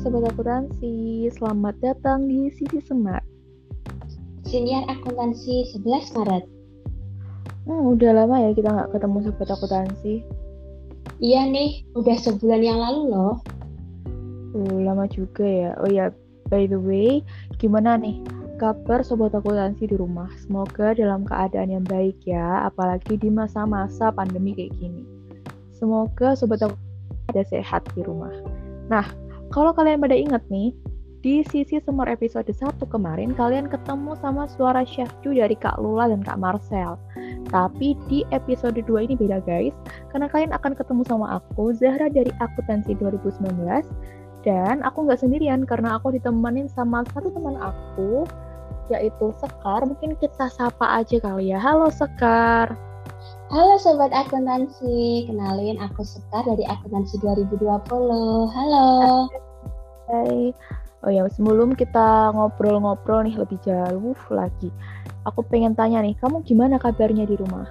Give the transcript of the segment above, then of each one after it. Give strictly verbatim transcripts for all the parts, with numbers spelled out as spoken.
Sobat Akuntansi, selamat datang di Sisi Semar. Siniar Akuntansi sebelas Maret. Hmm, udah lama ya kita nggak ketemu Sobat Akuntansi. Iya nih, udah sebulan yang lalu loh. Uh, lama juga ya. Oh ya, by the way, gimana nih kabar Sobat Akuntansi di rumah? Semoga dalam keadaan yang baik ya, apalagi di masa-masa pandemi kayak gini. Semoga Sobat Akuntansi ada sehat di rumah. Nah, kalau kalian pada ingat nih, di Sisi Semar episode satu kemarin, kalian ketemu sama suara syahdu dari Kak Lula dan Kak Marcel. Tapi di episode dua ini beda guys, karena kalian akan ketemu sama aku, Zahra dari Akuntansi dua ribu sembilan belas. Dan aku nggak sendirian, karena aku ditemenin sama satu teman aku, yaitu Sekar. Mungkin kita sapa aja kali ya. Halo Sekar. Halo Sobat Akuntansi, kenalin aku Sekar dari Akuntansi dua ribu dua puluh. Halo. Hai. Oh ya, sebelum kita ngobrol-ngobrol nih lebih jauh lagi, aku pengen tanya nih, kamu gimana kabarnya di rumah?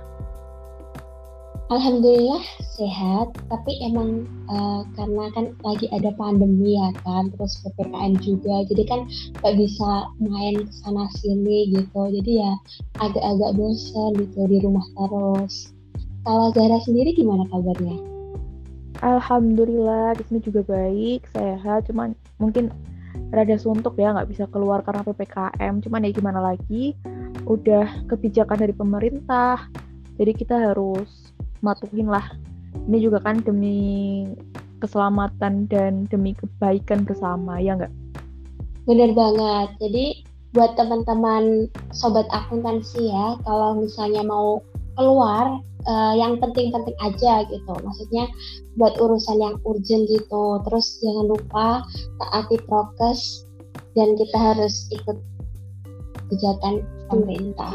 Alhamdulillah sehat, tapi emang uh, karena kan lagi ada pandemi ya kan, terus P P K M juga, jadi kan gak bisa main kesana sini gitu, jadi ya agak-agak bosan gitu di rumah terus. Kalau Zahra sendiri gimana kabarnya? Alhamdulillah, di sini juga baik, sehat, cuman mungkin rada suntuk ya, nggak bisa keluar karena P P K M, cuman ya gimana lagi, udah kebijakan dari pemerintah, jadi kita harus matuhin lah. Ini juga kan demi keselamatan dan demi kebaikan bersama, ya nggak? Bener banget. Jadi buat teman-teman sobat akuntansi ya, kalau misalnya mau keluar, uh, yang penting-penting aja gitu. Maksudnya buat urusan yang urgent gitu. Terus jangan lupa taati prokes dan kita harus ikut kebijakan pemerintah.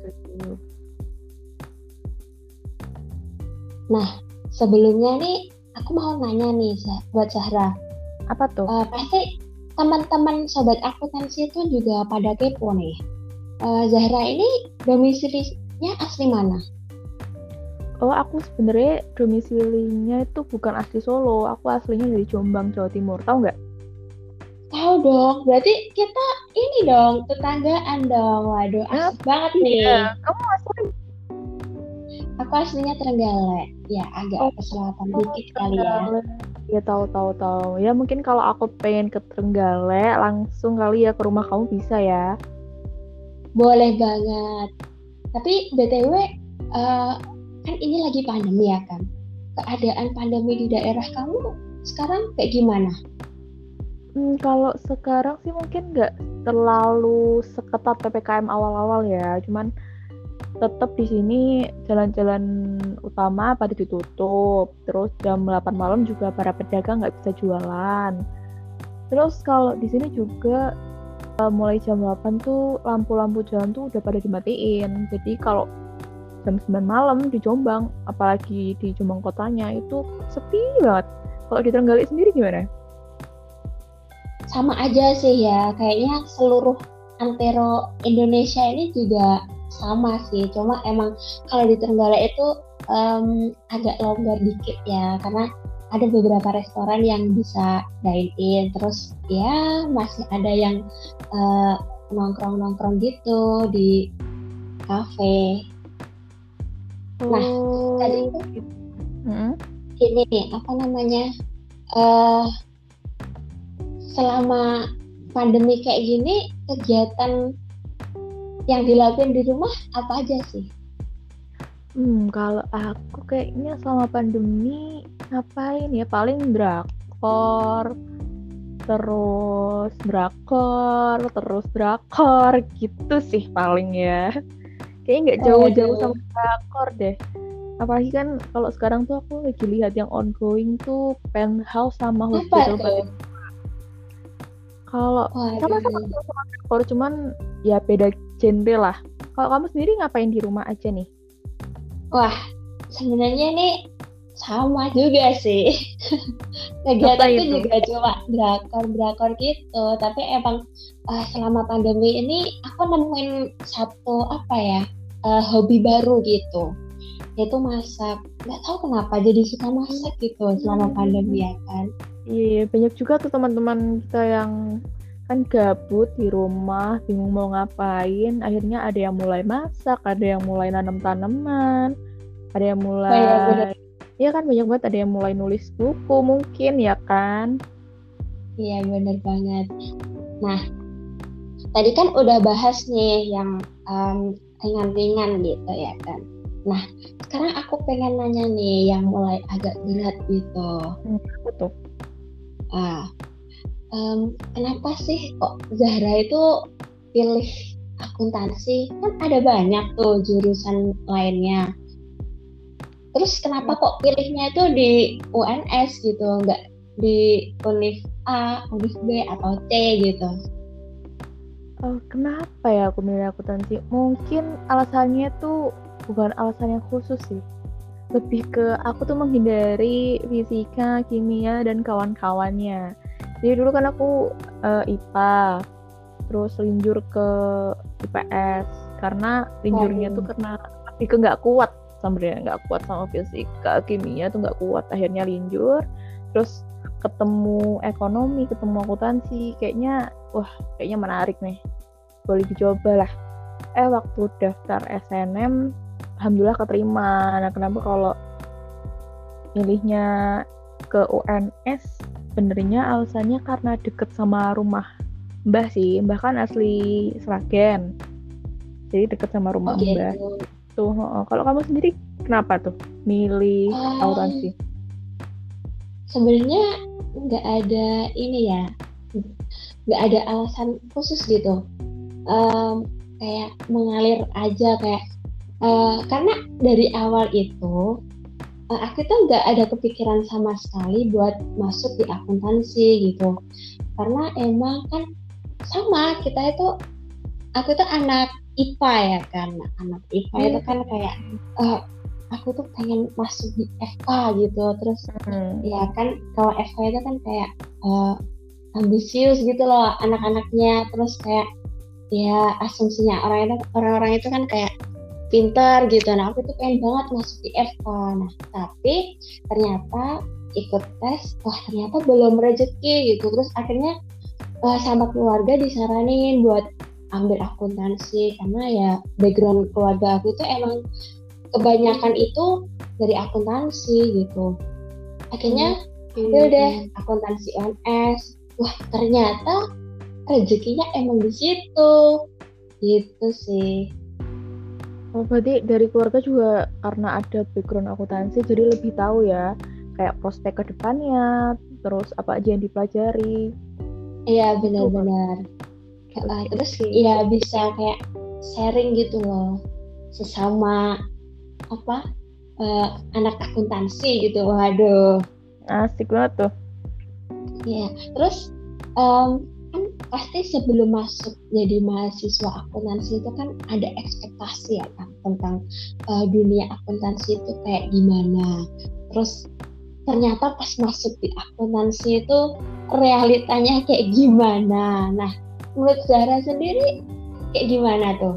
Nah, sebelumnya nih aku mau nanya nih buat Zahra. Apa tuh? Uh, pasti teman-teman sobat akuntansi itu juga pada kepo nih. Uh, Zahra ini domisilinya asli mana? Oh, aku sebenarnya domisilinya itu bukan asli Solo. Aku aslinya dari Jombang, Jawa Timur. Tahu nggak? Tahu dong. Berarti kita ini dong, tetanggaan dong. Waduh, asik nah, banget iya. nih. Kamu asli? Aku aslinya Trenggalek. Ya, agak oh, ke selatan oh, dikit kali ya. Ya tahu tahu tahu. Ya mungkin kalau aku pengen ke Trenggalek langsung kali ya ke rumah kamu bisa ya. Boleh banget. Tapi B T W uh, kan ini lagi pandemi ya kan. Keadaan pandemi di daerah kamu sekarang kayak gimana? Hmm, kalau sekarang sih mungkin nggak terlalu seketat P P K M awal-awal ya. Cuman tetap di sini jalan-jalan utama pada ditutup. Terus jam delapan malam juga para pedagang nggak bisa jualan. Terus kalau di sini juga uh, mulai jam delapan tuh lampu-lampu jalan tuh udah pada dimatiin. Jadi kalau jam sembilan malam di Jombang, apalagi di Jombang kotanya itu sepi banget. Kalau di Trenggalek sendiri gimana? Sama aja sih ya, kayaknya seluruh antero Indonesia ini juga sama sih, cuma emang kalau di Trenggalek itu um, agak longgar dikit ya, karena ada beberapa restoran yang bisa dine in, terus ya masih ada yang uh, nongkrong-nongkrong gitu di kafe. Oh. Nah, tadi itu hmm? ini nih, apa namanya, uh, selama pandemi kayak gini, kegiatan yang dilakukan di rumah apa aja sih? Hmm, kalau aku kayaknya selama pandemi ngapain ya? Paling drakor, terus drakor, terus drakor gitu sih paling ya. Kayaknya nggak jauh-jauh sama drakor deh. Apalagi kan kalau sekarang tuh aku lagi lihat yang ongoing tuh Penthouse sama Hospital Platinum. Kalau sama-sama sama drakor, cuman ya beda genre lah. Kalau kamu sendiri ngapain di rumah aja nih? Wah, sebenarnya nih sama juga sih. Kegiatanku juga cuma drakor-drakor gitu. Tapi emang uh, selama pandemi ini aku nemuin satu apa ya uh, hobi baru gitu. Yaitu masak. Nggak tahu kenapa jadi suka masak gitu selama pandemi ya kan. Iya, banyak juga tuh teman-teman kita yang kan gabut di rumah, bingung mau ngapain. Akhirnya ada yang mulai masak, ada yang mulai nanam tanaman, ada yang Oh iya benar, mulai, ya kan banyak banget. Ada yang mulai nulis buku mungkin ya kan. iya benar banget. Nah, tadi kan udah bahas nih yang um, ringan-ringan gitu ya kan. Nah, sekarang aku pengen nanya nih yang mulai agak berat gitu. Hmm, betul. Ah, em, kenapa sih kok Zahra itu pilih akuntansi? Kan ada banyak tuh jurusan lainnya. Terus kenapa kok pilihnya itu di U N S gitu, nggak di Univ A, Univ B atau C gitu? Oh, kenapa ya aku milih akuntansi? Mungkin alasannya tuh bukan alasan yang khusus sih. Lebih ke aku tuh menghindari fisika, kimia, dan kawan-kawannya. Jadi dulu kan aku eh, I P A, terus linjur ke I P S. Karena linjurnya tuh Waduh, karena lebih ke nggak kuat sebenarnya, nggak kuat sama fisika, kimia tuh nggak kuat. Akhirnya linjur, terus ketemu ekonomi, ketemu akuntansi, kayaknya wah kayaknya menarik nih, boleh dicoba lah. Eh waktu daftar S N M alhamdulillah keterima. Nah kenapa kalau milihnya ke U N S, benernya alasannya karena deket sama rumah Mbah sih. Mbah kan asli Sragen, jadi deket sama oh rumah Mbah gitu. tuh. Oh, kalau kamu sendiri kenapa tuh milih Um, akuntansi? Sebenarnya nggak ada ini ya, nggak ada alasan khusus gitu. Em, Kayak mengalir aja kayak eh, karena dari awal itu eh, aku tuh nggak ada kepikiran sama sekali buat masuk di akuntansi gitu. Karena emang kan sama kita itu aku tuh anak I P A ya kan. Nah, anak I P A itu Hmm. kan kayak eh, aku tuh pengen masuk di F K gitu. Terus Hmm. ya kan kalau F K itu kan kayak eh, ambisius gitu loh anak-anaknya. Terus kayak ya asumsinya orang itu orang-orang itu kan kayak pinter gitu. Nah aku tuh pengen banget masuk di F K. Nah tapi ternyata ikut tes, wah ternyata belum rezeki gitu. Terus akhirnya eh, sama keluarga disaranin buat ambil akuntansi karena ya background keluarga aku itu emang kebanyakan itu dari akuntansi gitu. Akhirnya ambil deh Oke. akuntansi U N S. Wah ternyata rezekinya emang di situ. Gitu sih. Oh, berarti dari keluarga juga karena ada background akuntansi jadi lebih tahu ya kayak prospek ke depannya, terus apa aja yang dipelajari Iya gitu kan. benar-benar. Oke, Uh, oke, terus oke. ya bisa kayak sharing gitu loh sesama apa uh, anak akuntansi gitu. Waduh. Asik banget tuh. Ya. Terus um, kan pasti sebelum masuk jadi mahasiswa akuntansi itu kan ada ekspektasi ya kan tentang uh, dunia akuntansi itu kayak gimana. Terus ternyata pas masuk di akuntansi itu realitanya kayak gimana. Nah, menurut Zara sendiri kayak gimana tuh?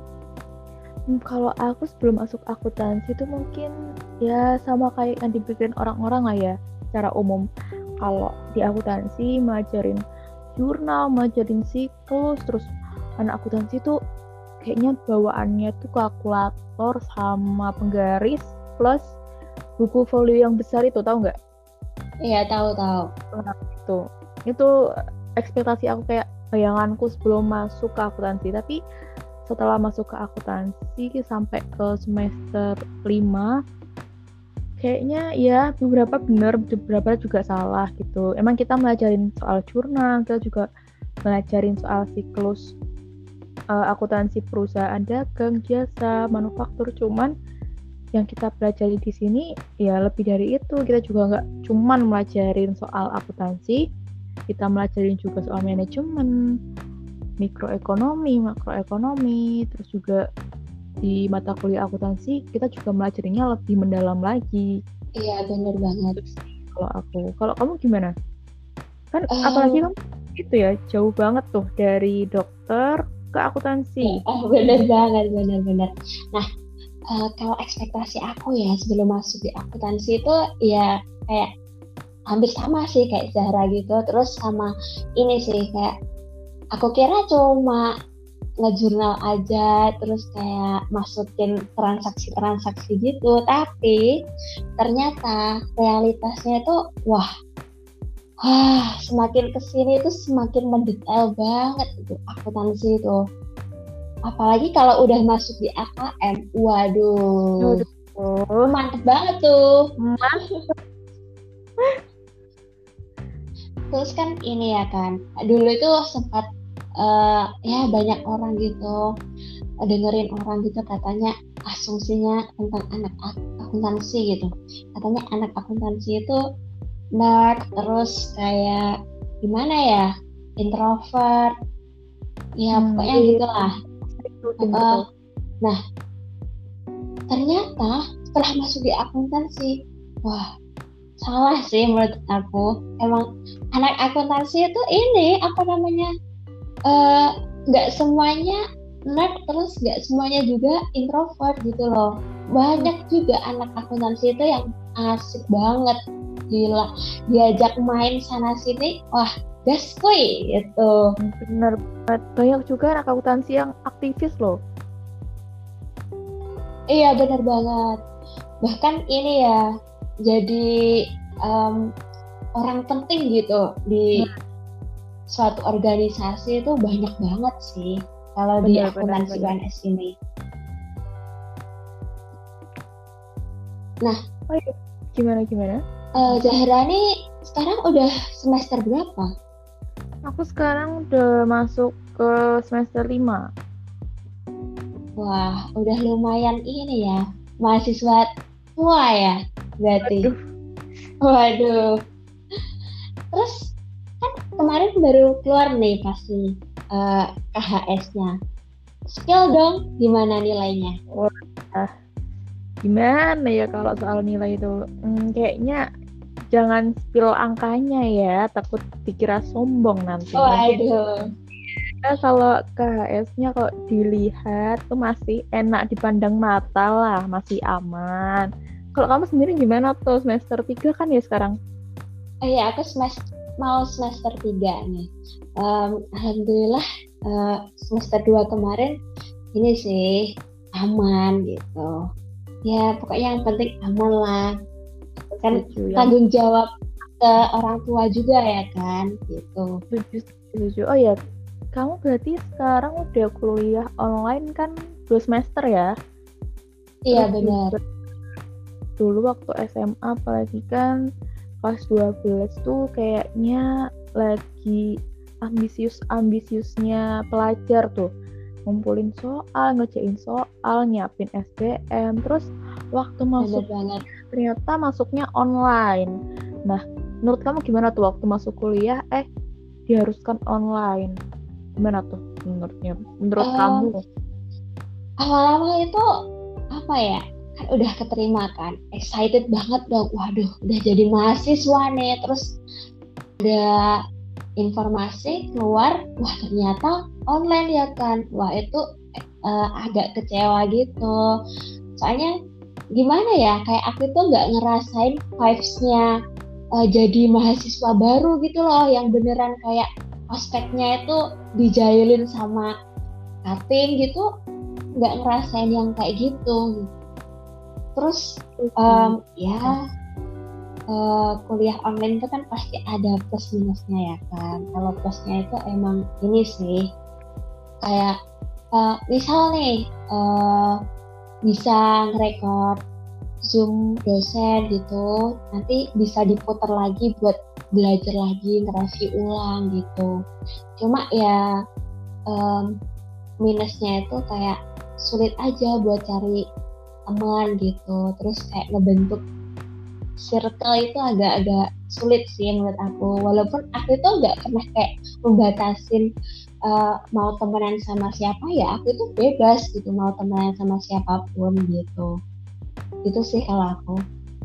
Hmm, kalau aku sebelum masuk akuntansi itu mungkin ya sama kayak yang dipikirin orang-orang lah ya secara umum. Kalau di akuntansi ngajarin jurnal, ngajarin siklus, terus anak akuntansi tuh kayaknya bawaannya tuh kalkulator sama penggaris plus buku folio yang besar itu, tahu nggak? Iya tahu-tahu. Nah, itu itu ekspektasi aku, kayak bayanganku sebelum masuk ke akuntansi. Tapi setelah masuk ke akuntansi sampai ke semester lima, kayaknya ya beberapa benar, beberapa juga salah gitu. Emang kita melajarin soal jurnal, kita juga melajarin soal siklus uh, akuntansi perusahaan dagang, jasa, manufaktur. Cuman yang kita pelajari di sini ya lebih dari itu. Kita juga nggak cuman melajarin soal akuntansi, kita melajarin juga soal manajemen, mikroekonomi, makroekonomi, terus juga di mata kuliah akuntansi kita juga melajarinya lebih mendalam lagi. Iya benar banget. Itu sih kalau aku. Kalau kamu gimana? Kan apalagi Um, kamu itu ya jauh banget tuh dari dokter ke akuntansi. oh benar banget, benar-benar. Nah, eh, kalau ekspektasi aku ya sebelum masuk di akuntansi itu ya kayak hampir sama sih kayak Zahra gitu. Terus sama ini sih kayak aku kira cuma ngejurnal aja terus kayak masukin transaksi-transaksi gitu, tapi ternyata realitasnya itu wah wah semakin kesini itu semakin mendetail banget itu akuntansi itu, apalagi kalau udah masuk di A K M, waduh Aduh, mantep banget tuh. emas. Terus kan ini ya kan, dulu itu sempat uh, ya banyak orang gitu dengerin orang gitu katanya asumsinya tentang anak akuntansi gitu, katanya anak akuntansi itu nerd, terus kayak gimana ya, introvert, ya Hmm, pokoknya iya, gitulah. itu denger Uh, tuh. nah ternyata setelah masuk di akuntansi, wah salah sih menurut aku. Emang anak akuntansi itu ini apa namanya, eh, nggak uh, semuanya nerd, terus nggak semuanya juga introvert gitu loh. Banyak juga anak akuntansi itu yang asik banget, gila, diajak main sana sini, wah gas kuy gitu. Bener banget. Banyak juga anak akuntansi yang aktivis loh. Iya bener banget, bahkan ini ya jadi um, orang penting gitu di Nah, suatu organisasi itu banyak banget sih kalau di bener, bener, akuntansi bener. U N S ini. Nah, Oh iya, gimana, gimana? uh, Zahra nih sekarang udah semester berapa? Aku sekarang udah masuk ke semester lima. Wah, udah lumayan ini ya, mahasiswa tua ya, berarti. Aduh, Waduh. Terus kan kemarin baru keluar nih pasti uh, K H S-nya. Skill dong, gimana nilainya? wah, gimana ya kalau soal nilai itu? Hmm, kayaknya jangan spill angkanya ya, takut dikira sombong nanti. Mungkin Waduh. ya, kalau K H S-nya kok dilihat tuh masih enak dipandang mata lah, masih aman. Kalau kamu sendiri gimana tuh semester tiga kan ya sekarang? Oh iya, aku semester, mau semester tiga nih. Um, Alhamdulillah uh, semester dua kemarin ini sih aman gitu. Ya pokoknya yang penting aman lah. Kan Setuju yang tanggung jawab ke orang tua juga ya kan gitu. setuju, setuju. Oh ya, kamu berarti sekarang udah kuliah online kan dua semester ya? Iya Terus benar. juga dulu waktu S M A apalagi kan kelas dua belas tuh kayaknya lagi ambisius-ambisiusnya pelajar tuh. Ngumpulin soal, ngerjain soal, nyiapin S B M. Terus waktu Benar masuk banget. ternyata masuknya online. Nah, menurut kamu gimana tuh waktu masuk kuliah eh diharuskan online? Gimana tuh menurutnya? Menurut Um, kamu? Awal-awal itu apa ya? Kan udah keterima kan, excited banget dong. Waduh, udah jadi mahasiswa nih. Terus ada informasi keluar, wah ternyata online ya kan. Wah itu uh, agak kecewa gitu. Soalnya gimana ya, kayak aku tuh nggak ngerasain vibes-nya uh, jadi mahasiswa baru gitu loh, yang beneran kayak aspeknya itu dijailin sama cutting gitu, nggak ngerasain yang kayak gitu. Terus um, ya uh, kuliah online itu kan pasti ada plus minusnya ya kan. Kalau plusnya itu emang ini sih, kayak uh, misal nih uh, bisa ngerekord Zoom dosen gitu, nanti bisa diputar lagi buat belajar lagi, ngereview ulang gitu. Cuma ya um, minusnya itu kayak sulit aja buat cari teman gitu, terus kayak ngebentuk circle itu agak-agak sulit sih menurut aku. Walaupun aku itu nggak pernah kayak membatasin uh, mau temenan sama siapa, ya aku itu bebas gitu mau temenan sama siapapun gitu. Itu sih kalau aku.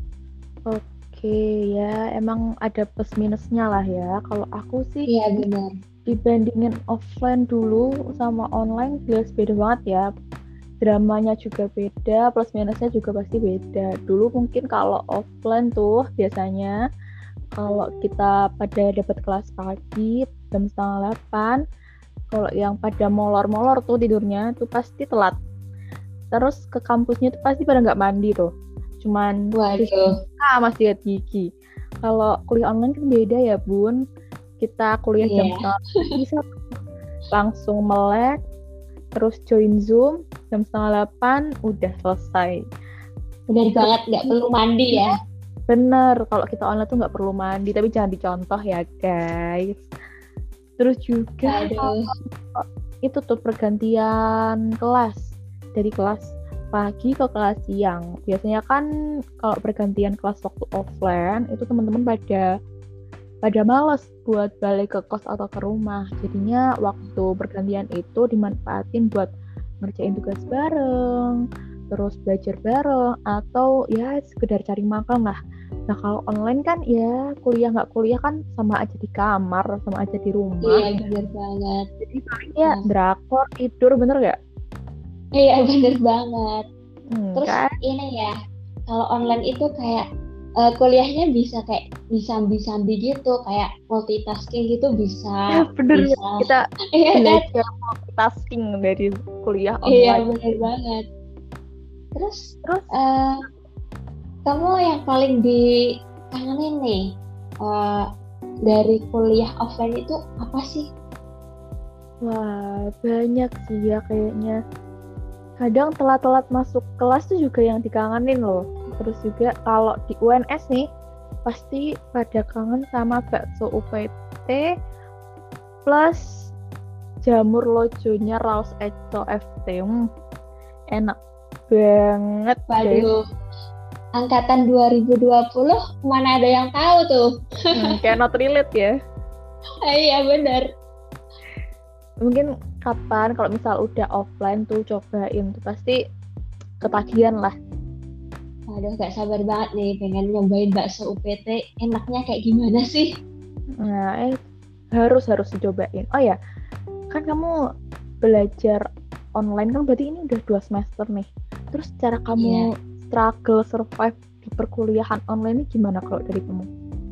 Oke ya, emang ada plus minusnya lah ya. Kalau aku sih Iya benar. dibandingin offline dulu sama online jelas beda banget ya. Dramanya juga beda, plus minusnya juga pasti beda. Dulu mungkin kalau offline tuh biasanya kalau kita pada dapat kelas pagi jam setengah delapan, kalau yang pada molor-molor tuh tidurnya tuh pasti telat. Terus ke kampusnya tuh pasti pada nggak mandi tuh, cuman Waduh. ah masih lihat gigi. Kalau kuliah online kan beda ya bun, kita kuliah jam Iya, setengah bisa langsung melek, terus join zoom jam setengah delapan udah selesai. benar Terus banget, nggak perlu mandi ya. bener, kalau kita online tuh nggak perlu mandi, tapi jangan dicontoh ya guys. Terus juga Waduh. itu tuh pergantian kelas dari kelas pagi ke kelas siang. Biasanya kan kalau pergantian kelas waktu offline itu teman-teman pada pada males buat balik ke kos atau ke rumah. Jadinya waktu pergantian itu dimanfaatin buat ngerjain tugas bareng, terus belajar bareng, atau ya sekedar cari makan lah. Nah kalau online kan ya kuliah nggak kuliah kan sama aja di kamar, sama aja di rumah. Iya, benar banget. Jadi paling ya Nah, drakor, tidur, bener gak? iya, benar banget. Hmm, Terus kan? ini ya, kalau online itu kayak eh, kuliahnya bisa kayak disambi-sambi gitu, kayak multitasking gitu bisa, Bener ya. bisa. Kita Iya kan? belajar multitasking dari kuliah Iya, online. benar banget. Terus Terus, eh, kamu yang paling dikangenin nih eh, dari kuliah offline itu apa sih? wah banyak sih ya kayaknya. Kadang telat-telat masuk kelas tuh juga yang dikangenin loh. Terus juga kalau di U N S nih, pasti pada kangen sama bakso U P T plus jamur lojonya Raus Eco F T. Hmm, enak banget guys. Waduh, angkatan dua ribu dua puluh mana ada yang tahu tuh? Hmm, kayak not relate ya. Ah, iya bener. Mungkin kapan kalau misal udah offline tuh cobain tuh pasti ketagihan lah. Waduh, gak sabar banget nih pengen nyobain bakso U P T. Enaknya kayak gimana sih? Nah, eh harus harus dicobain. Oh ya, kan kamu belajar online kan berarti ini udah dua semester nih. Terus cara Iya. kamu struggle survive di perkuliahan online ini gimana kalau dari kamu?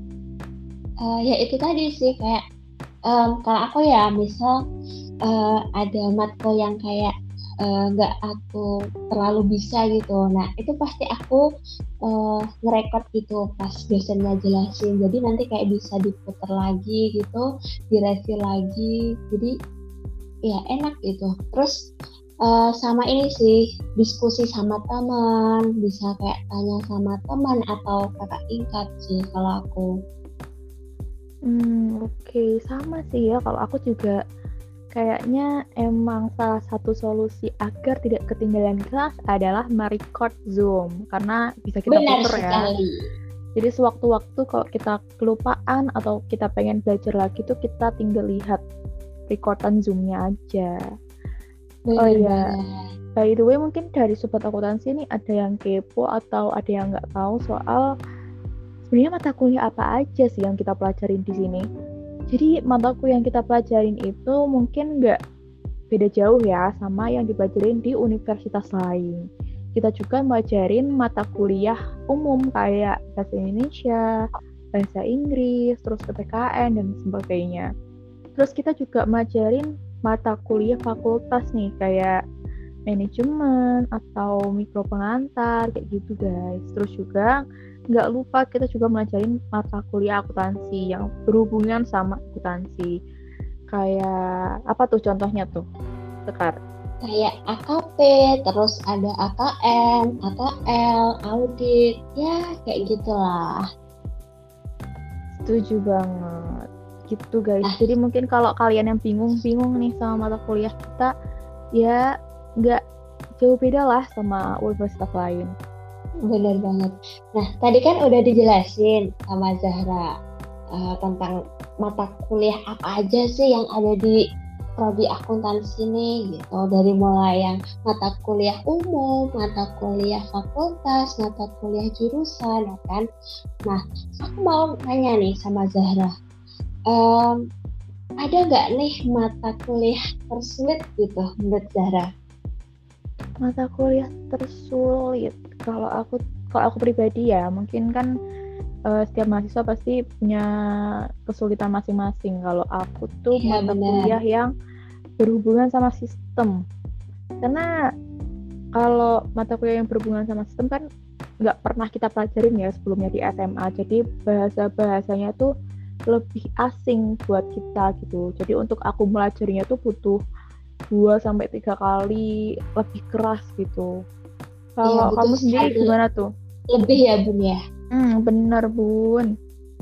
Eh, ya itu tadi sih kayak em, kalau aku ya misal eh, ada matkul yang kayak eh, nggak aku terlalu bisa gitu. Nah itu pasti aku eh, ngerekord gitu pas dosennya jelasin. Jadi nanti kayak bisa diputar lagi gitu, direview lagi. Jadi ya enak gitu. Terus eh, sama ini sih diskusi sama teman, bisa kayak tanya sama teman atau kakak tingkat sih kalau aku. Hmm, oke, okay. Sama sih ya. Kalau aku juga kayaknya emang salah satu solusi agar tidak ketinggalan kelas adalah merecord Zoom karena bisa kita Benar puter ya. sekali. Jadi sewaktu-waktu kalau kita kelupaan atau kita pengen belajar lagi tuh kita tinggal lihat recordan Zoom-nya aja. Benar Oh iya, banget. by the way mungkin dari sobat akuntansi ini ada yang kepo atau ada yang nggak tahu soal sebenarnya mata kuliah apa aja sih yang kita pelajarin di sini. Jadi mata kuliah yang kita pelajarin itu mungkin nggak beda jauh ya sama yang dipelajarin di universitas lain. Kita juga pelajarin mata kuliah umum kayak bahasa Indonesia, bahasa Inggris, terus P P K N dan sebagainya. Terus kita juga pelajarin mata kuliah fakultas nih kayak manajemen atau mikro pengantar kayak gitu guys. Terus juga nggak lupa kita juga melajarin mata kuliah akuntansi yang berhubungan sama akuntansi. Kayak apa tuh contohnya tuh, Sekar? Kayak A K P, terus ada A K M, A K L, audit, ya kayak gitulah. Setuju banget. Gitu guys. Nah, Jadi mungkin kalau kalian yang bingung-bingung nih sama mata kuliah kita, ya nggak jauh beda lah sama universitas lain. bener banget. Nah, tadi kan udah dijelasin sama Zahra uh, tentang mata kuliah apa aja sih yang ada di prodi akuntansi nih gitu. Dari mulai yang mata kuliah umum, mata kuliah fakultas, mata kuliah jurusan, ya kan? Nah, aku mau nanya nih sama Zahra. Um, ada nggak nih mata kuliah tersulit gitu menurut Zahra? Mata kuliah tersulit kalau aku kalau aku pribadi ya mungkin kan uh, setiap mahasiswa pasti punya kesulitan masing-masing. Kalau aku tuh Iya mata benar. kuliah yang berhubungan sama sistem. Karena kalau mata kuliah yang berhubungan sama sistem kan nggak pernah kita pelajarin ya sebelumnya di S M A. Jadi bahasa-bahasanya tuh lebih asing buat kita gitu. Jadi untuk aku melajarinya tuh butuh dua sampai tiga kali lebih keras gitu. Iya Kalau butuh kamu sendiri sekali gimana tuh? lebih ya Bun ya. Hmm, bener Bun.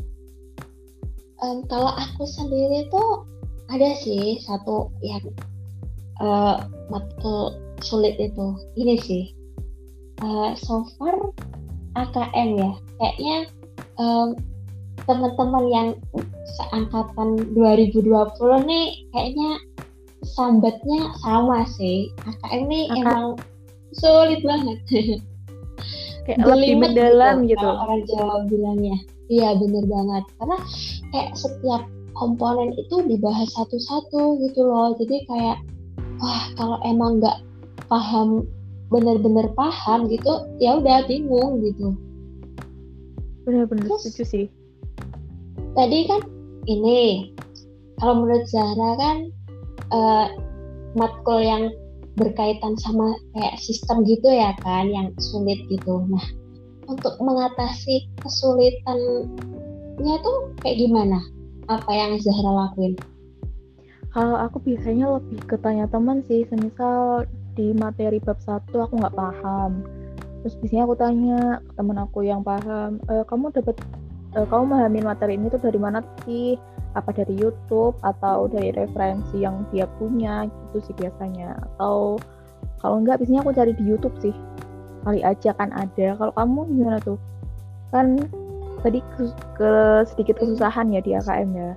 Um, kalau aku sendiri tuh ada sih satu yang uh, matkul sulit itu. Ini sih, uh, so far A K M ya. Kayaknya um, teman-teman yang seangkatan dua ribu dua puluh nih kayaknya sambatnya sama sih. A K M nih Maka emang sulit banget. kayak lebih Jelimet gitu mendalam gitu. kalau orang Jawa bilangnya. Iya bener banget. Karena kayak setiap komponen itu dibahas satu-satu gitu loh. Jadi kayak wah kalau emang nggak paham bener-bener paham gitu ya udah bingung gitu. Bener-bener Terus setuju sih. tadi kan ini kalau menurut Zahra kan uh, matkul yang berkaitan sama kayak sistem gitu ya kan yang sulit gitu. Nah, untuk mengatasi kesulitannya tuh kayak gimana? Apa yang Zahra lakuin? Kalau aku biasanya lebih ke tanya teman sih, semisal di materi bab satu aku nggak paham. Terus biasanya aku tanya ke teman aku yang paham, e, kamu dapat e, kamu memahami materi ini tuh dari mana sih? Apa dari YouTube atau dari referensi yang dia punya gitu sih biasanya. Atau kalau enggak biasanya aku cari di YouTube sih. Kali aja kan ada. Kalau kamu gimana tuh? Kan tadi ke, ke sedikit kesusahan ya di A K M ya.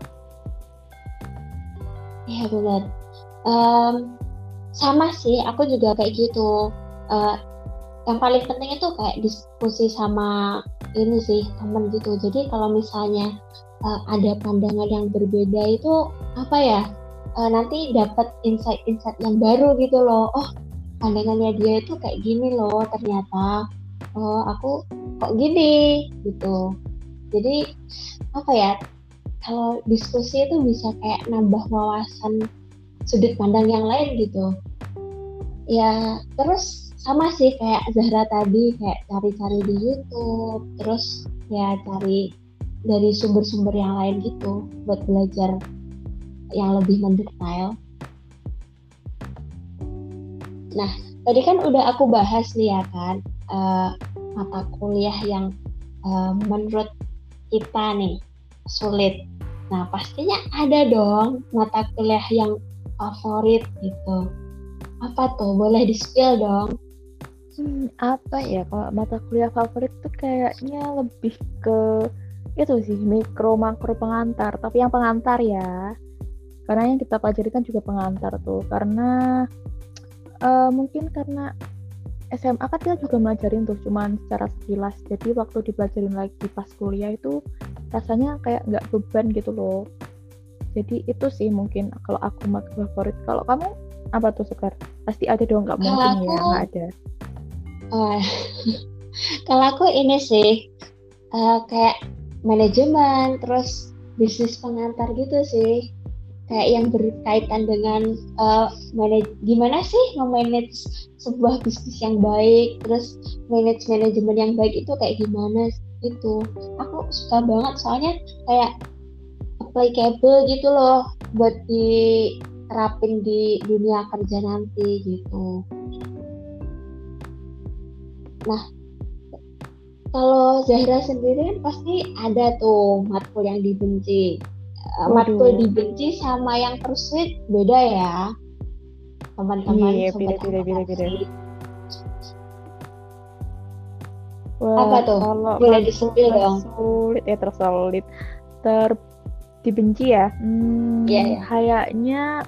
Iya benar. Um, sama sih, aku juga kayak gitu. Uh, yang paling penting itu kayak diskusi sama ini sih temen gitu. Jadi kalau misalnya uh, ada pandangan yang berbeda itu apa ya? Uh, nanti dapat insight-insight yang baru gitu loh. Oh, pandangannya dia itu kayak gini loh ternyata. Oh, aku kok gini gitu. Jadi apa ya? Kalau diskusi itu bisa kayak nambah wawasan sudut pandang yang lain gitu. Ya, terus sama sih kayak Zahra tadi kayak cari-cari di YouTube, terus ya cari dari sumber-sumber yang lain gitu buat belajar yang lebih mendetail. Nah, tadi kan udah aku bahas nih ya kan uh, mata kuliah yang uh, menurut kita nih sulit. Nah, pastinya ada dong mata kuliah yang favorit gitu. Apa tuh? Boleh di-spill dong. Hmm, apa ya? Kalau mata kuliah favorit tuh kayaknya lebih ke itu sih, mikro makro pengantar. Tapi yang pengantar ya. Karena yang kita pelajari kan juga pengantar tuh. Karena uh, mungkin karena S M A kan kita juga melajarin tuh cuman secara sekilas. Jadi waktu dipelajarin lagi pas kuliah itu rasanya kayak nggak beban gitu loh. Jadi itu sih mungkin kalau aku mata favorit. Kalau kamu apa tuh Sekar? Pasti ada dong, nggak Kalau mungkin aku, ya nggak ada. oh, kalau aku ini sih uh, kayak manajemen, terus bisnis pengantar gitu sih. Kayak yang berkaitan dengan uh, manaj- gimana sih nge-manage sebuah bisnis yang baik, terus manage manajemen yang baik itu kayak gimana itu. Aku suka banget soalnya kayak applicable gitu loh buat diterapin di dunia kerja nanti gitu. Nah, kalau Zahra sendiri kan pasti ada tuh matkul yang dibenci. Uh, matkul Waduh, dibenci sama yang pursuit beda ya, teman-teman iya sobat beda beda beda beda. akuntansi. Apa Wah, tuh? kalau Boleh matkul di-spill dong. tersulit ya tersulit ter dibenci ya. Iya Hmm, ya. kayaknya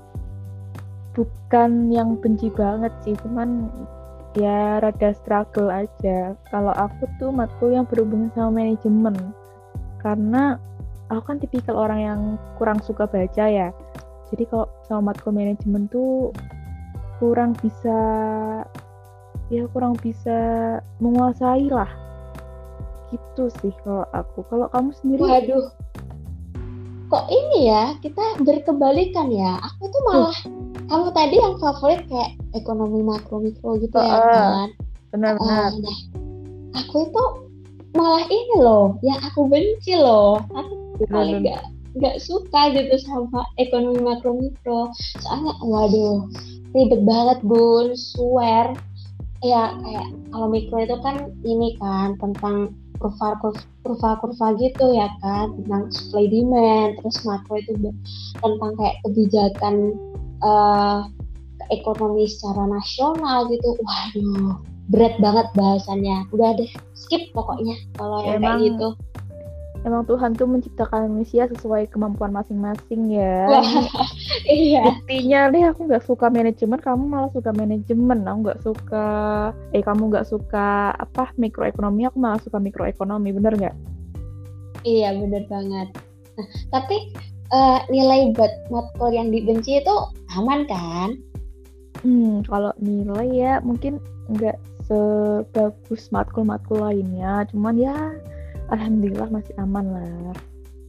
bukan yang benci banget sih, cuman ya rada struggle aja. Kalau aku tuh matkul yang berhubungan sama manajemen, karena aku kan tipikal orang yang kurang suka baca ya. Jadi kalau sama matkul manajemen tuh kurang bisa ya kurang bisa menguasai lah. gitu sih kalau aku. Kalau kamu sendiri? Waduh, kok ini ya kita berkebalikan ya. Aku tuh Tuh, malah kamu tadi yang favorit kayak ekonomi makro mikro gitu uh, ya uh, kan. Uh, benar-benar. nah, aku itu malah ini loh, yang aku benci loh. Aku paling Benar-benar. nggak nggak suka gitu sama ekonomi makro mikro. Soalnya, waduh, ribet banget bun, swear. Ya kayak kalau mikro itu kan ini kan tentang kurva kurva kurva gitu ya kan, tentang supply demand. Terus makro itu be- tentang kayak kebijakan eh, ekonomi secara nasional gitu. Waduh, berat banget bahasannya. Udah deh, skip pokoknya kalau Ya, yang kayak emang gitu. emang Tuhan tuh menciptakan manusia sesuai kemampuan masing-masing ya. Wah, Ini iya. buktinya nih, aku nggak suka manajemen, kamu malah suka manajemen. Aku nggak suka, eh kamu nggak suka apa mikroekonomi, aku malah suka mikroekonomi, bener nggak? Iya, bener banget. Nah, tapi eh, nilai buat matkul yang dibenci itu aman kan? Hmm, kalau nilai ya mungkin nggak sebagus matkul-matkul lainnya, cuman ya alhamdulillah masih aman lah.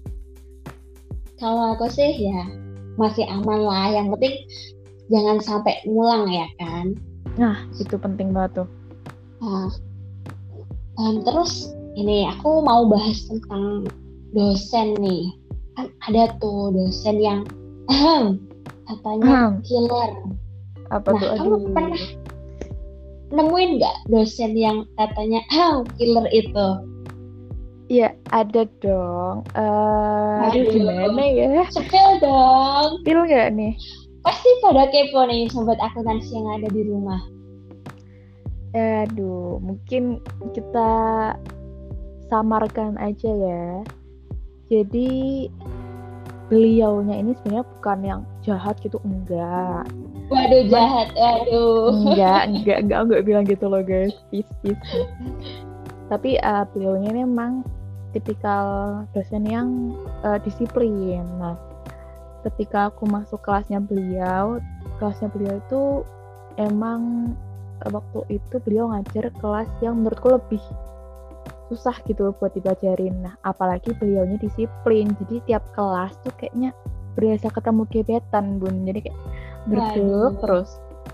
Kalau aku sih ya masih aman lah. Yang penting jangan sampai ngulang ya kan. Nah, itu penting banget tuh. Nah, em, terus ini aku mau bahas tentang dosen nih. Kan ada tuh dosen yang ahem, katanya killer. Apa Nah, tuh? kamu Aduh. pernah nemuin nggak dosen yang katanya ah killer itu? Ya, ada dong. Eh, aduh, Aduh, gimana ya? sepil dong. Feel nggak nih? Pasti pada kepo nih sobat akuntansi yang ada di rumah. Aduh, mungkin kita samarkan aja ya. Jadi, beliaunya ini sebenarnya bukan yang jahat gitu, enggak. Waduh, Cuman, jahat, waduh. enggak, enggak, enggak, enggak bilang gitu loh guys. Peace, peace. Tapi uh, beliaunya ini memang tipikal dosen yang uh, disiplin. Nah, ketika aku masuk kelasnya beliau, kelasnya beliau itu emang uh, waktu itu beliau ngajar kelas yang menurutku lebih susah gitu buat dipelajarin. Nah, apalagi beliaunya disiplin. Jadi tiap kelas tuh kayaknya berasa ketemu gebetan, Bun. Jadi kayak berdek terus.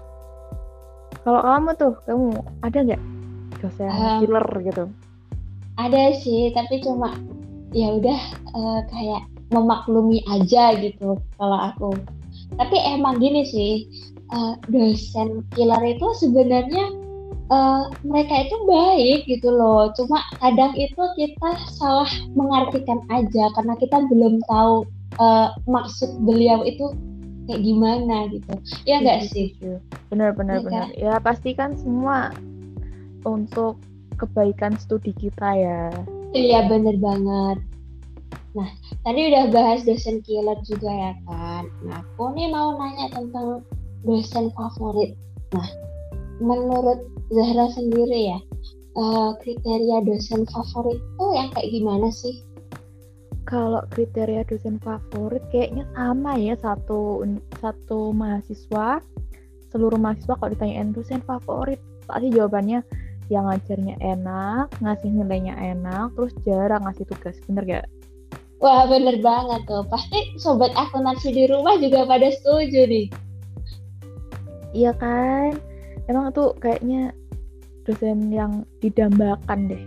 Kalau kamu tuh, kamu ada nggak dosen um, killer gitu? Ada sih, tapi cuma ya udah uh, kayak memaklumi aja gitu kalau aku. Tapi emang gini sih, uh, dosen killer itu sebenarnya uh, mereka itu baik gitu loh. Cuma kadang itu kita salah mengartikan aja karena kita belum tahu uh, maksud beliau itu kayak gimana gitu. Ya nggak sih? Benar-benar ya, benar. Ya pasti kan semua untuk kebaikan studi kita ya. Iya bener banget. Nah, tadi udah bahas dosen killer juga ya kan. Nah, aku nih mau nanya tentang dosen favorit. Nah, menurut Zahra sendiri ya, uh, kriteria dosen favorit itu yang kayak gimana sih? Kalau kriteria dosen favorit kayaknya sama ya, satu satu mahasiswa, seluruh mahasiswa kalau ditanyain dosen favorit, pasti jawabannya yang ngajarnya enak, ngasih nilainya enak, terus jarang ngasih tugas, bener gak? Wah bener banget tuh, pasti sobat akuntansi di rumah juga pada setuju nih. Iya kan, emang tuh kayaknya dosen yang didambakan deh.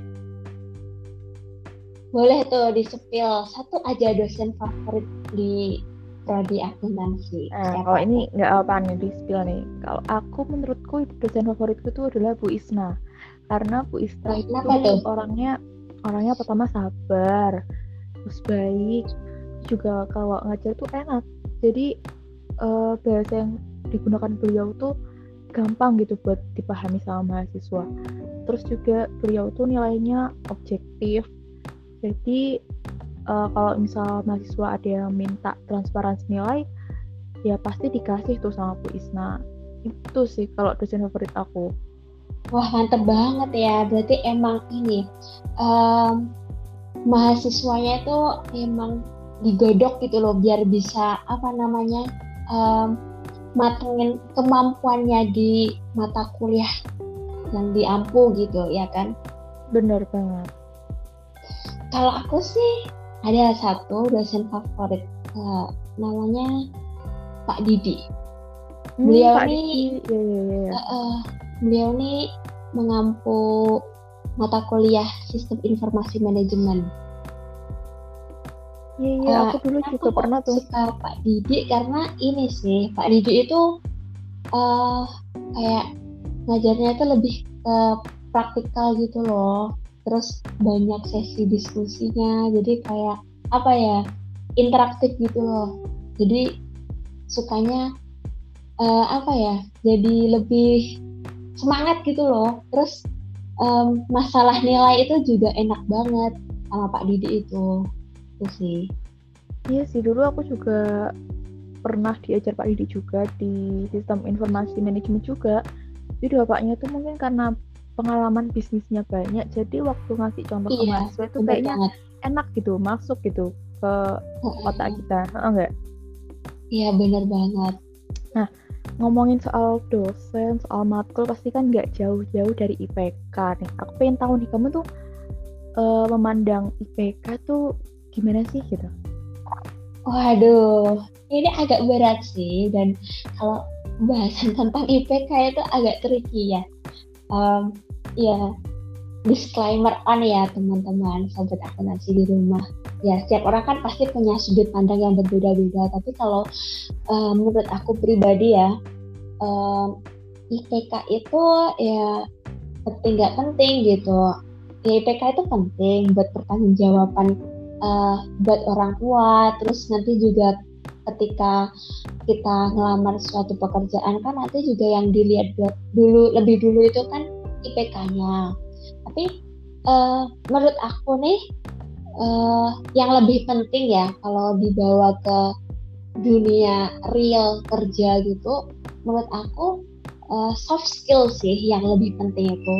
Boleh tuh disepil satu aja dosen favorit di prodi akuntansi. Nah, kalau ini nggak apa nih disepil nih. Kalau aku menurutku dosen favoritku tuh adalah Bu Isna. Karena Bu Isna itu tuh? orangnya orangnya pertama sabar, terus baik, juga kalau ngajar tuh enak. Jadi uh, bahasa yang digunakan beliau tuh gampang gitu buat dipahami sama mahasiswa. Terus juga beliau tuh nilainya objektif. Jadi uh, kalau misal mahasiswa ada yang minta transparansi nilai, ya pasti dikasih tuh sama Bu Isna. Itu sih kalau dosen favorit aku. Wah mantep banget ya, berarti emang ini um, mahasiswanya itu emang digodok gitu loh biar bisa apa namanya um, matengin kemampuannya di mata kuliah yang diampu gitu ya kan? Bener banget. Kalau aku sih ada satu dosen favorit, uh, namanya Pak Didi. Hmm, Beliau Pak nih, Diki, ya ya ya. ya. uh, uh, beliau nih mengampu mata kuliah sistem informasi manajemen. Iya iya, Uh, aku dulu aku juga kok pernah tuh. suka Pak Didi karena ini sih, Pak Didi itu uh, kayak ngajarnya itu lebih ke praktikal gitu loh. Terus banyak sesi diskusinya, jadi kayak apa ya, interaktif gitu loh. Jadi sukanya uh, apa ya, jadi lebih semangat gitu loh. Terus um, masalah nilai itu juga enak banget sama Pak Didi itu. Itu sih. Iya sih, dulu aku juga pernah diajar Pak Didi juga di sistem informasi manajemen juga. Jadi bapaknya tuh mungkin karena pengalaman bisnisnya banyak, jadi waktu ngasih contoh ke Iya, mahasiswa itu bener kayaknya banget. enak gitu, masuk gitu ke otak Mm-mm. kita, oh, enggak? Iya, bener banget. Nah, ngomongin soal dosen, soal matkul pasti kan nggak jauh-jauh dari I P K nih. Aku pengen tahu nih, kamu tuh uh, memandang I P K tuh gimana sih gitu? Waduh, ini agak berat sih, dan kalau bahasan tentang I P K itu agak tricky ya. Um, ya, disclaimer on ya teman-teman, sobat akuntansi di rumah. Ya, setiap orang kan pasti punya sudut pandang yang berbeda-beda. Tapi kalau um, menurut aku pribadi ya, um, I P K itu ya penting nggak penting gitu. Ya, I P K itu penting buat pertanggungjawaban uh, buat orang tua. Terus nanti juga ketika kita ngelamar suatu pekerjaan kan nanti juga yang dilihat dulu lebih dulu itu kan I P K-nya. Tapi uh, menurut aku nih uh, yang lebih penting ya kalau dibawa ke dunia real kerja gitu, menurut aku uh, soft skill sih yang lebih penting itu.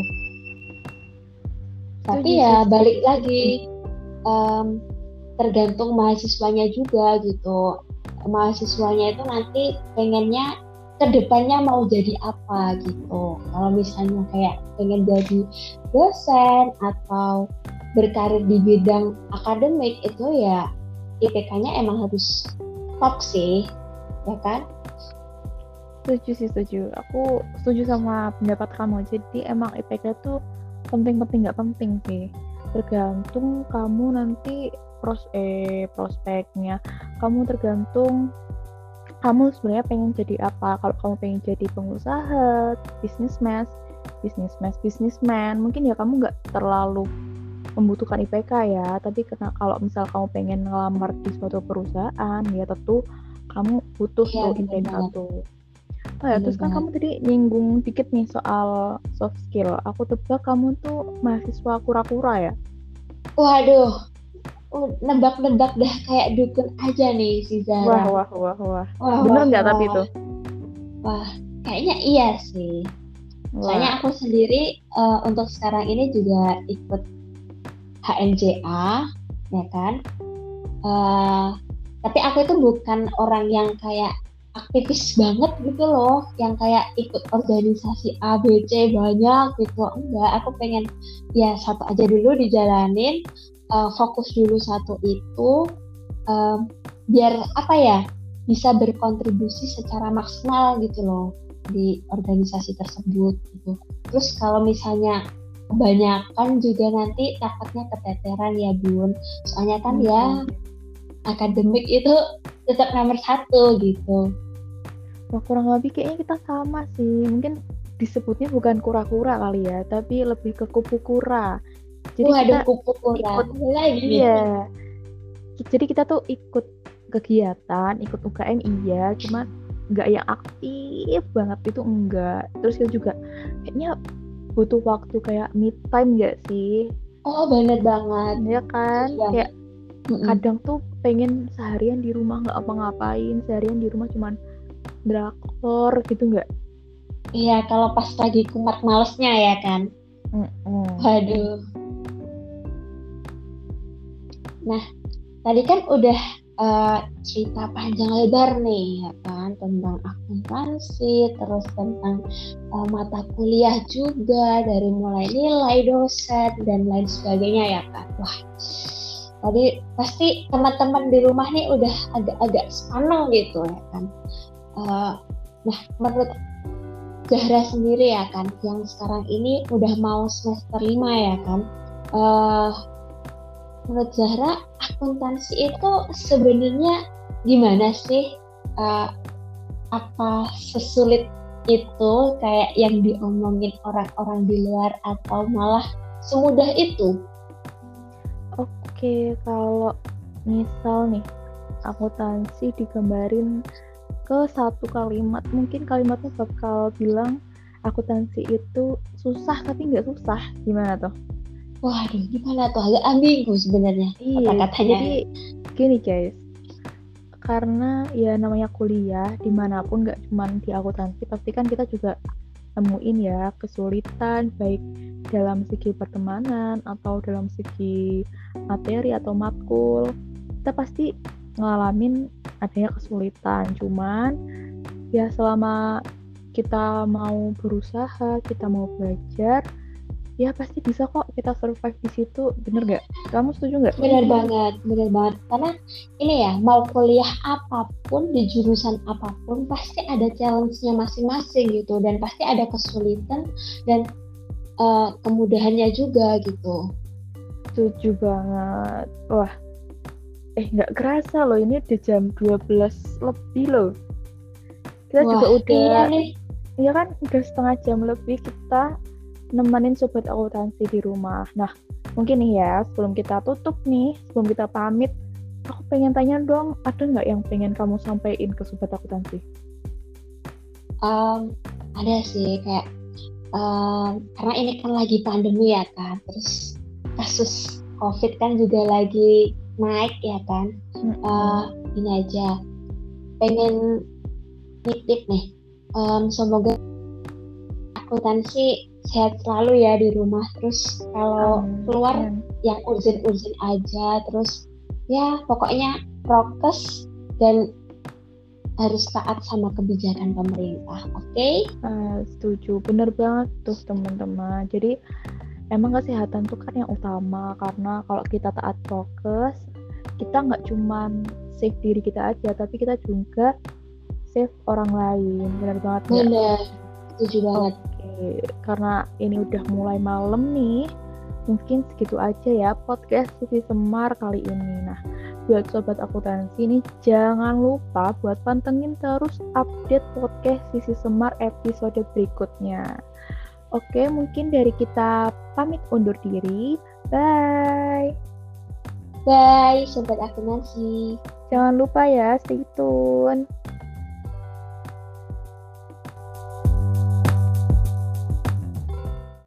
Tapi Setuju sih, ya balik setuju. lagi, um, tergantung mahasiswanya juga gitu. Mahasiswanya itu nanti pengennya kedepannya mau jadi apa gitu. Kalau misalnya kayak pengen jadi dosen atau berkarir di bidang akademik itu ya I P K-nya emang harus top sih, ya kan? Setuju sih, setuju. Aku setuju sama pendapat kamu. Jadi emang I P K tuh penting-penting nggak penting sih. Tergantung kamu nanti pros eh prospeknya. Kamu tergantung kamu sebenarnya pengen jadi apa. Kalau kamu pengen jadi pengusaha, bisnismen, bisnismen, bisnisman, mungkin ya kamu nggak terlalu membutuhkan I P K ya. Tapi karena kalau misal kamu pengen ngelamar di suatu perusahaan, ya tentu kamu butuh Iya, tuh bener I P K banget, tuh. Oh ya, bener terus kan banget. kamu tadi nyinggung dikit nih soal soft skill. Aku tebak kamu tuh mahasiswa kura-kura ya? Waduh, uh, nebak-nebak dah kayak dukun aja nih si Wah, Zara. wah, wah, wah. Wah, Bener wah, nggak tapi wah, itu? wah. Kayaknya iya sih. Soalnya Wah, aku sendiri uh, untuk sekarang ini juga ikut H M J A, ya kan? Uh, tapi aku itu bukan orang yang kayak aktivis banget gitu loh, yang kayak ikut organisasi A B C banyak gitu. Enggak, aku pengen ya satu aja dulu dijalanin, uh, fokus dulu satu itu, um, biar apa ya, bisa berkontribusi secara maksimal gitu loh di organisasi tersebut gitu. Terus kalau misalnya kebanyakan juga nanti takutnya keteteran ya Bun. Soalnya kan ya hmm. akademik itu tetap nomor satu gitu. Wah, kurang lebih kayaknya kita sama sih. Mungkin disebutnya bukan kura-kura kali ya, tapi lebih ke kupu kura. Jadi Waduh, kita kupu kura. ikut, Ada lagi nih. iya. Jadi kita tuh ikut kegiatan, ikut U K M iya, cuman nggak yang aktif banget itu enggak. Terus kita juga kayaknya butuh waktu kayak me time nggak sih? Oh, bener banget. Ya kan? Bener banget. Kayak Mm-mm. kadang tuh pengen seharian di rumah nggak apa-ngapain, seharian di rumah cuman drakor gitu nggak? Iya, kalau pas lagi kumat malesnya ya kan. Mm-mm. Waduh. Nah, tadi kan udah uh, cerita panjang lebar nih ya kan tentang akuntansi, terus tentang uh, mata kuliah juga dari mulai nilai dosen dan lain sebagainya ya kan. Wah, tadi pasti teman-teman di rumah nih udah agak-agak sepaneng gitu ya kan. Uh, nah menurut Zahra sendiri ya kan, yang sekarang ini udah mau semester lima ya kan. Uh, menurut Zahra akuntansi itu sebenarnya gimana sih? Uh, apa sesulit itu kayak yang diomongin orang-orang di luar atau malah semudah itu? Oke, kalau misal nih akuntansi digambarin ke satu kalimat, mungkin kalimatnya bakal bilang akuntansi itu susah tapi nggak susah, gimana tuh? Waduh, gimana tuh? Agak ambigu sebenarnya kata-katanya. Jadi gini guys, karena ya namanya kuliah dimanapun, nggak cuma di akuntansi, pasti kan kita juga nemuin ya kesulitan baik dalam segi pertemanan atau dalam segi materi atau matkul. Kita pasti ngalamin adanya kesulitan, cuman ya selama kita mau berusaha, kita mau belajar, ya pasti bisa kok kita survive di situ. Bener gak? Kamu setuju gak? Bener banget, bener banget. Karena ini ya, mau kuliah apapun di jurusan apapun pasti ada challenge-nya masing-masing gitu, dan pasti ada kesulitan dan uh, kemudahannya juga gitu. Setuju banget. Wah, eh nggak kerasa loh, ini udah jam dua belas lebih loh. Kita Wah, juga udah, iya nih. Iya kan, udah setengah jam lebih kita nemenin sobat akuntansi di rumah. Nah, mungkin nih ya, sebelum kita tutup nih, sebelum kita pamit, aku pengen tanya dong, ada nggak yang pengen kamu sampaikan ke sobat akuntansi? Um, ada sih, kayak um, karena ini kan lagi pandemi ya kan, terus kasus COVID kan juga lagi naik ya kan. Mm-hmm. Uh, ini aja, pengen nitip nih, um, semoga akuntansi sehat selalu ya di rumah. Terus kalau um, keluar um. yang urgent-urgent aja. Terus ya pokoknya prokes dan harus taat sama kebijakan pemerintah. Oke? Okay? Uh, setuju, bener banget tuh teman-teman. Jadi emang kesehatan tuh kan yang utama, karena kalau kita taat prokes, kita nggak cuman save diri kita aja, tapi kita juga save orang lain. Bener banget ya? Bener, setuju banget. Oke, karena ini udah mulai malam nih, mungkin segitu aja ya podcast Sisi Semar kali ini. Nah, buat sobat akuntansi nih, jangan lupa buat pantengin terus update podcast Sisi Semar episode berikutnya. Oke, mungkin dari kita pamit undur diri. Bye. Bye, sobat akuntansi. Jangan lupa ya, stay tune.